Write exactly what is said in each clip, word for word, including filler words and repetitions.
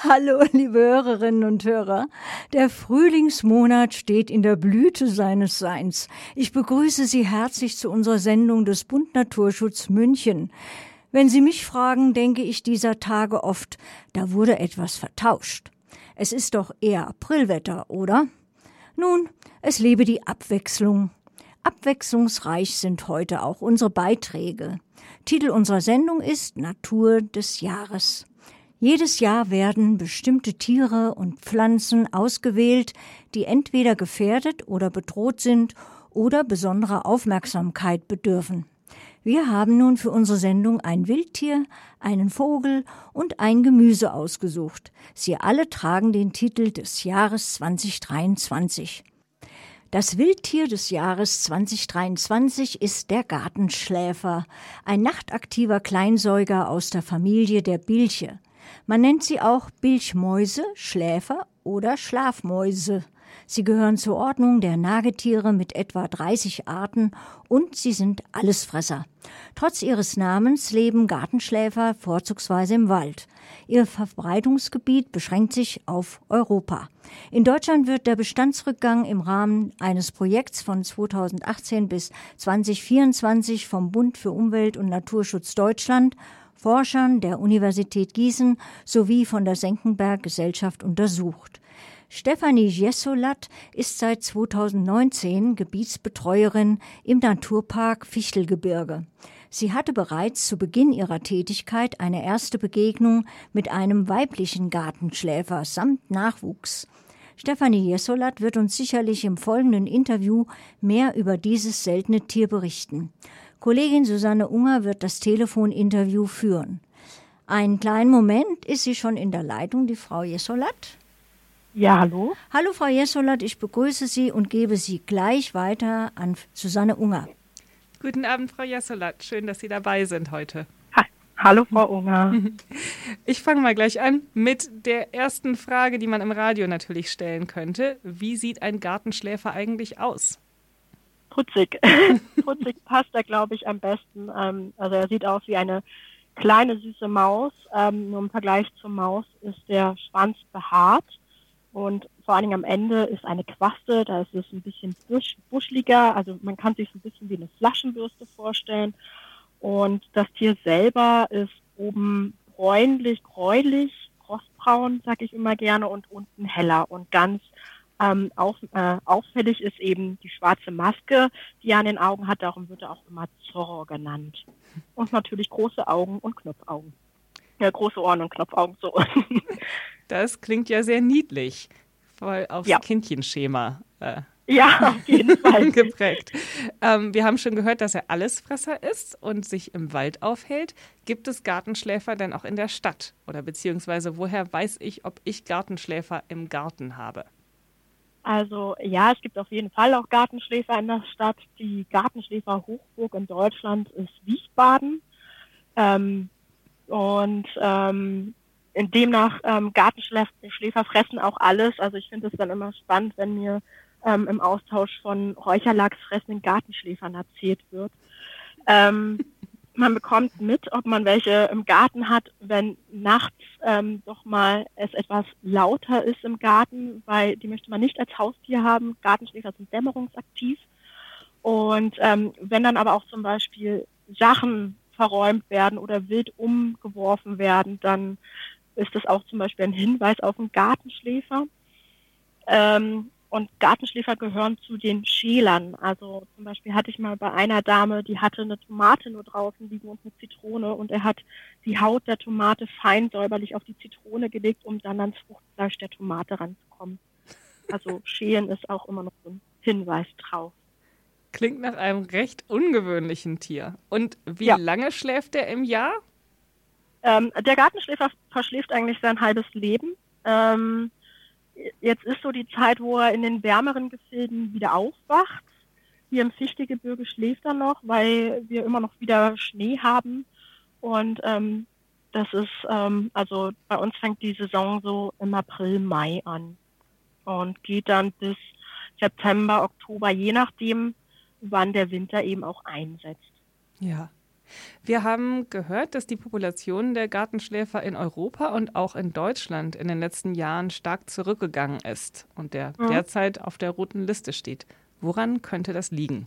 Hallo, liebe Hörerinnen und Hörer. Der Frühlingsmonat steht in der Blüte seines Seins. Ich begrüße Sie herzlich zu unserer Sendung des Bund Naturschutz München. Wenn Sie mich fragen, denke ich dieser Tage oft, da wurde etwas vertauscht. Es ist doch eher Aprilwetter, oder? Nun, es lebe die Abwechslung. Abwechslungsreich sind heute auch unsere Beiträge. Titel unserer Sendung ist Natur des Jahres. Jedes Jahr werden bestimmte Tiere und Pflanzen ausgewählt, die entweder gefährdet oder bedroht sind oder besonderer Aufmerksamkeit bedürfen. Wir haben nun für unsere Sendung ein Wildtier, einen Vogel und ein Gemüse ausgesucht. Sie alle tragen den Titel des Jahres zwanzig dreiundzwanzig. Das Wildtier des Jahres zwanzig dreiundzwanzig ist der Gartenschläfer, ein nachtaktiver Kleinsäuger aus der Familie der Bilche. Man nennt sie auch Bilchmäuse, Schläfer oder Schlafmäuse. Sie gehören zur Ordnung der Nagetiere mit etwa dreißig Arten und sie sind Allesfresser. Trotz ihres Namens leben Gartenschläfer vorzugsweise im Wald. Ihr Verbreitungsgebiet beschränkt sich auf Europa. In Deutschland wird der Bestandsrückgang im Rahmen eines Projekts von zweitausendachtzehn bis zweitausendvierundzwanzig vom Bund für Umwelt und Naturschutz Deutschland, Forschern der Universität Gießen sowie von der Senckenberg-Gesellschaft untersucht. Stefanie Jessolat ist seit zweitausendneunzehn Gebietsbetreuerin im Naturpark Fichtelgebirge. Sie hatte bereits zu Beginn ihrer Tätigkeit eine erste Begegnung mit einem weiblichen Gartenschläfer samt Nachwuchs. Stefanie Jessolat wird uns sicherlich im folgenden Interview mehr über dieses seltene Tier berichten. Kollegin Susanne Unger wird das Telefoninterview führen. Einen kleinen Moment, ist sie schon in der Leitung, die Frau Jessolat? Ja, hallo. Hallo Frau Jessolat, ich begrüße Sie und gebe Sie gleich weiter an Susanne Unger. Guten Abend, Frau Jessolat. Schön, dass Sie dabei sind heute. Ha- Hallo, Frau Unger. Ich fange mal gleich an mit der ersten Frage, die man im Radio natürlich stellen könnte. Wie sieht ein Gartenschläfer eigentlich aus? Putzig. Putzig passt da, glaube ich, am besten. Ähm, also er sieht aus wie eine kleine, süße Maus. Ähm, nur im Vergleich zur Maus ist der Schwanz behaart. Und vor allen Dingen am Ende ist eine Quaste, da ist es ein bisschen busch, buschliger. Also man kann sich so ein bisschen wie eine Flaschenbürste vorstellen. Und das Tier selber ist oben bräunlich, gräulich, rostbraun, sage ich immer gerne, und unten heller und ganz Ähm, auf, äh, auffällig ist eben die schwarze Maske, die er an den Augen hat, darum wird er auch immer Zorro genannt. Und natürlich große Augen und Knopfaugen. Ja, große Ohren und Knopfaugen, so. Das klingt ja sehr niedlich, voll aufs Ja. Kindchenschema äh, Ja, auf jeden Fall. geprägt. Ähm, wir haben schon gehört, dass er Allesfresser ist und sich im Wald aufhält. Gibt es Gartenschläfer denn auch in der Stadt? Oder beziehungsweise woher weiß ich, ob ich Gartenschläfer im Garten habe? Also ja, es gibt auf jeden Fall auch Gartenschläfer in der Stadt. Die Gartenschläfer-Hochburg in Deutschland ist Wiesbaden. Ähm, und ähm, in demnach ähm, Gartenschläfer fressen auch alles. Also ich finde es dann immer spannend, wenn mir ähm, im Austausch von Räucherlachs fressenden Gartenschläfern erzählt wird. Ähm, man bekommt mit, ob man welche im Garten hat, wenn nachts ähm, doch mal es etwas lauter ist im Garten, weil die möchte man nicht als Haustier haben. Gartenschläfer sind dämmerungsaktiv. Und ähm, wenn dann aber auch zum Beispiel Sachen verräumt werden oder wild umgeworfen werden, dann ist das auch zum Beispiel ein Hinweis auf einen Gartenschläfer. Ähm, Und Gartenschläfer gehören zu den Schälern. Also zum Beispiel hatte ich mal bei einer Dame, die hatte eine Tomate nur draußen liegen und eine Zitrone und er hat die Haut der Tomate fein säuberlich auf die Zitrone gelegt, um dann ans Fruchtfleisch der Tomate ranzukommen. Also Schälen ist auch immer noch so ein Hinweis drauf. Klingt nach einem recht ungewöhnlichen Tier. Und wie Ja. lange schläft er im Jahr? Ähm, der Gartenschläfer verschläft eigentlich sein halbes Leben. Ähm, Jetzt ist so die Zeit, wo er in den wärmeren Gefilden wieder aufwacht. Hier im Fichtelgebirge schläft er noch, weil wir immer noch wieder Schnee haben. Und ähm, das ist, ähm, also bei uns fängt die Saison so im April, Mai an und geht dann bis September, Oktober, je nachdem, wann der Winter eben auch einsetzt. Ja. Wir haben gehört, dass die Population der Gartenschläfer in Europa und auch in Deutschland in den letzten Jahren stark zurückgegangen ist und der Mhm. derzeit auf der roten Liste steht. Woran könnte das liegen?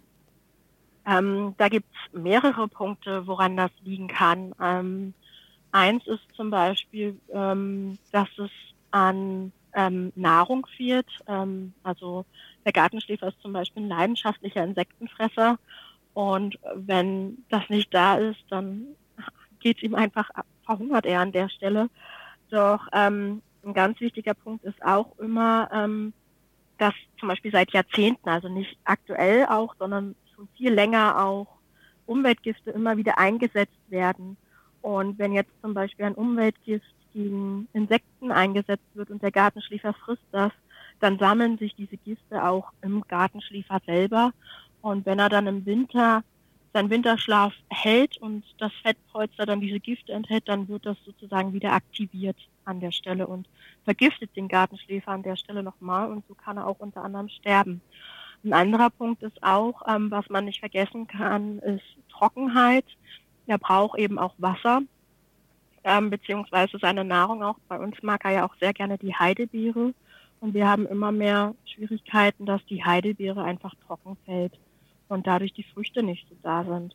Ähm, da gibt es mehrere Punkte, woran das liegen kann. Ähm, eins ist zum Beispiel, ähm, dass es an ähm, Nahrung fehlt. Ähm, also der Gartenschläfer ist zum Beispiel ein leidenschaftlicher Insektenfresser. Und wenn das nicht da ist, dann geht es ihm einfach ab, verhungert er an der Stelle. Doch ähm, ein ganz wichtiger Punkt ist auch immer, ähm, dass zum Beispiel seit Jahrzehnten, also nicht aktuell auch, sondern schon viel länger auch Umweltgifte immer wieder eingesetzt werden. Und wenn jetzt zum Beispiel ein Umweltgift gegen Insekten eingesetzt wird und der Gartenschläfer frisst das, dann sammeln sich diese Gifte auch im Gartenschläfer selber. Und wenn er dann im Winter seinen Winterschlaf hält und das Fettpolster dann diese Gifte enthält, dann wird das sozusagen wieder aktiviert an der Stelle und vergiftet den Gartenschläfer an der Stelle nochmal und so kann er auch unter anderem sterben. Ein anderer Punkt ist auch, ähm, was man nicht vergessen kann, ist Trockenheit. Er braucht eben auch Wasser, ähm, beziehungsweise seine Nahrung auch. Bei uns mag er ja auch sehr gerne die Heidelbeere und wir haben immer mehr Schwierigkeiten, dass die Heidelbeere einfach trocken fällt und dadurch die Früchte nicht so da sind.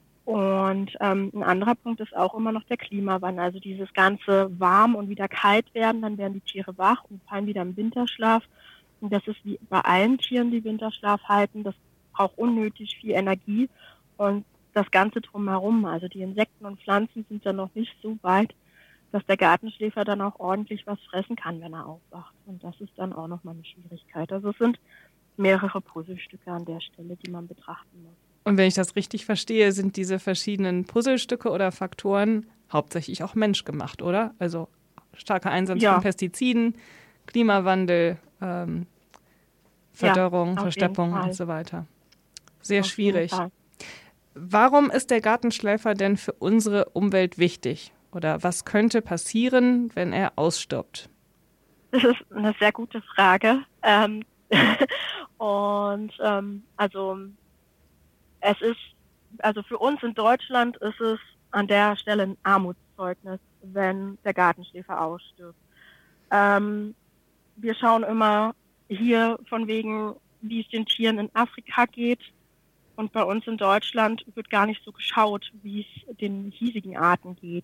Und ähm, ein anderer Punkt ist auch immer noch der Klimawandel. Also dieses ganze warm und wieder kalt werden, dann werden die Tiere wach und fallen wieder im Winterschlaf. Und das ist wie bei allen Tieren, die Winterschlaf halten. Das braucht unnötig viel Energie und das Ganze drumherum. Also die Insekten und Pflanzen sind dann noch nicht so weit, dass der Gartenschläfer dann auch ordentlich was fressen kann, wenn er aufwacht. Und das ist dann auch nochmal eine Schwierigkeit. Also es sind mehrere Puzzlestücke an der Stelle, die man betrachten muss. Und wenn ich das richtig verstehe, sind diese verschiedenen Puzzlestücke oder Faktoren hauptsächlich auch menschgemacht, oder? Also starker Einsatz Ja. von Pestiziden, Klimawandel, ähm, Verdörrung, Ja, auf Versteppung jeden Fall. und so weiter. Sehr Auf schwierig. jeden Fall. Warum ist der Gartenschläfer denn für unsere Umwelt wichtig? Oder was könnte passieren, wenn er ausstirbt? Das ist eine sehr gute Frage. Ähm, und ähm, also es ist, also für uns in Deutschland ist es an der Stelle ein Armutszeugnis, wenn der Gartenschläfer ausstirbt. Ähm, wir schauen immer hier von wegen, wie es den Tieren in Afrika geht. Und bei uns in Deutschland wird gar nicht so geschaut, wie es den hiesigen Arten geht.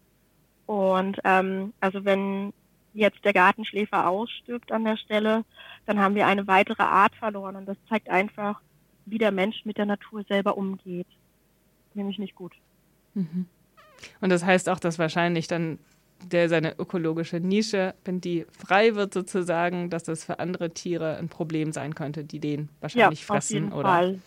Und ähm, also wenn jetzt der Gartenschläfer ausstirbt an der Stelle, dann haben wir eine weitere Art verloren. Und das zeigt einfach, wie der Mensch mit der Natur selber umgeht. Nämlich nicht gut. Mhm. Und das heißt auch, dass wahrscheinlich dann der seine ökologische Nische, wenn die frei wird sozusagen, dass das für andere Tiere ein Problem sein könnte, die den wahrscheinlich ja, fressen. Auf jeden oder Fall.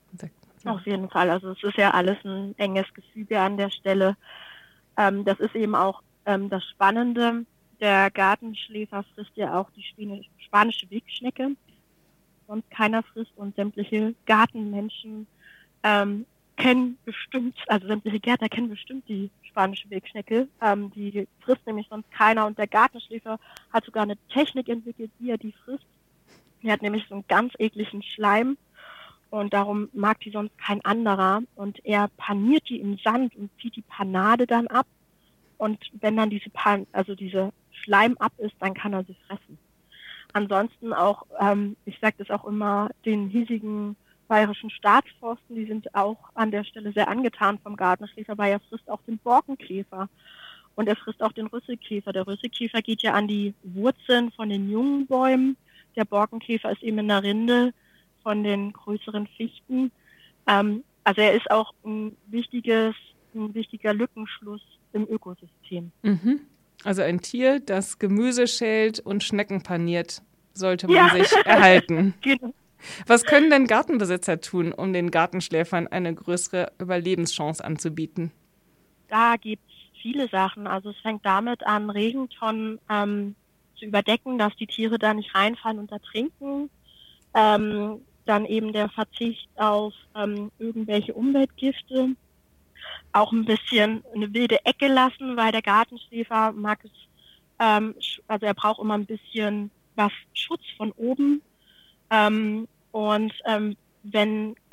Auf jeden Fall. Also es ist ja alles ein enges Gefüge an der Stelle. Ähm, das ist eben auch ähm, das Spannende. Der Gartenschläfer frisst ja auch die spanische Wegschnecke. Sonst keiner frisst und sämtliche Gartenmenschen ähm, kennen bestimmt, also sämtliche Gärtner kennen bestimmt die spanische Wegschnecke. Ähm, die frisst nämlich sonst keiner und der Gartenschläfer hat sogar eine Technik entwickelt, wie er die frisst. Er hat nämlich so einen ganz ekligen Schleim und darum mag die sonst kein anderer und er paniert die im Sand und zieht die Panade dann ab und wenn dann diese Pan also diese Schleim ab ist, dann kann er sie fressen. Ansonsten auch, ähm, ich sage das auch immer, den hiesigen bayerischen Staatsforsten, die sind auch an der Stelle sehr angetan vom Gartenschläfer, weil er frisst auch den Borkenkäfer und er frisst auch den Rüsselkäfer. Der Rüsselkäfer geht ja an die Wurzeln von den jungen Bäumen. Der Borkenkäfer ist eben in der Rinde von den größeren Fichten. Ähm, also er ist auch ein wichtiges, ein wichtiger Lückenschluss im Ökosystem. Mhm. Also ein Tier, das Gemüse schält und Schnecken paniert, sollte man Ja. sich erhalten. Genau. Was können denn Gartenbesitzer tun, um den Gartenschläfern eine größere Überlebenschance anzubieten? Da gibt es viele Sachen. Also es fängt damit an, Regentonnen ähm, zu überdecken, dass die Tiere da nicht reinfallen und ertrinken. Ähm, dann eben der Verzicht auf ähm, irgendwelche Umweltgifte. Auch ein bisschen eine wilde Ecke lassen, weil der Gartenschläfer mag es, ähm, also er braucht immer ein bisschen was Schutz von oben. Ähm, und ähm, wenn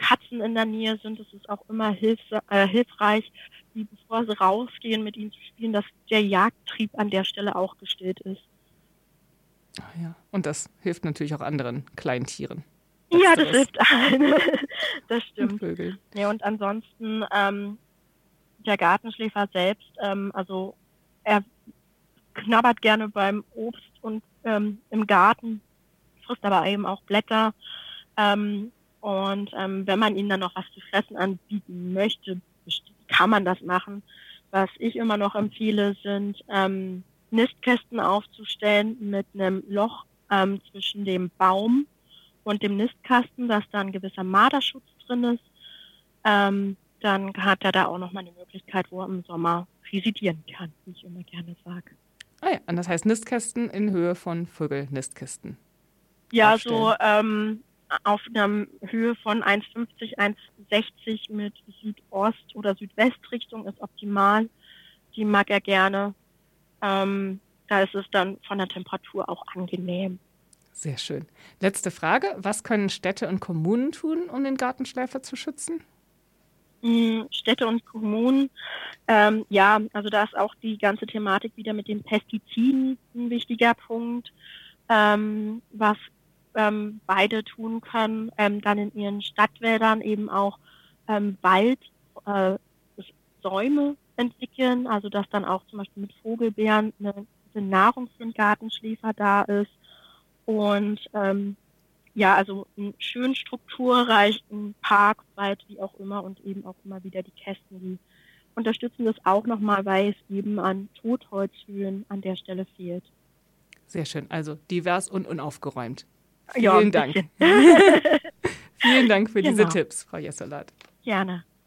Katzen in der Nähe sind, ist es auch immer hilf, äh, hilfreich, die, bevor sie rausgehen, mit ihnen zu spielen, dass der Jagdtrieb an der Stelle auch gestillt ist. Ach ja. Und das hilft natürlich auch anderen Kleintieren. Ja, das hilft allen. Das Und stimmt. Vögeln. Ja, und ansonsten ähm, der Gartenschläfer selbst, ähm, also er knabbert gerne beim Obst und ähm, im Garten, frisst aber eben auch Blätter. Ähm, und ähm, wenn man ihm dann noch was zu fressen anbieten möchte, kann man das machen. Was ich immer noch empfehle, sind ähm, Nistkästen aufzustellen mit einem Loch ähm, zwischen dem Baum und dem Nistkasten, dass da ein gewisser Marderschutz drin ist. Ähm, dann hat er da auch nochmal eine Möglichkeit, wo er im Sommer residieren kann, wie ich immer gerne sage. Ah ja, und das heißt Nistkästen in Höhe von Vögelnistkisten. Ja, Aufstellen. so ähm, auf einer Höhe von eins Komma fünfzig, eins Komma sechzig mit Südost- oder Südwestrichtung ist optimal. Die mag er gerne. Ähm, da ist es dann von der Temperatur auch angenehm. Sehr schön. Letzte Frage. Was können Städte und Kommunen tun, um den Gartenschläfer zu schützen? Städte und Kommunen, ähm, ja, also da ist auch die ganze Thematik wieder mit den Pestiziden ein wichtiger Punkt, ähm, was ähm, beide tun können, ähm, dann in ihren Stadtwäldern eben auch ähm, Wald, äh, Säume entwickeln, also dass dann auch zum Beispiel mit Vogelbeeren eine, eine Nahrung für den Gartenschläfer da ist und ähm, ja, also einen schön strukturreichen Park, Wald, wie auch immer und eben auch immer wieder die Kästen, die unterstützen das auch nochmal, weil es eben an Totholzhöhen an der Stelle fehlt. Sehr schön. Also divers und unaufgeräumt. Ja, Vielen ein Dank. bisschen. Vielen Dank für diese Genau. Tipps, Frau Jessolat. Gerne.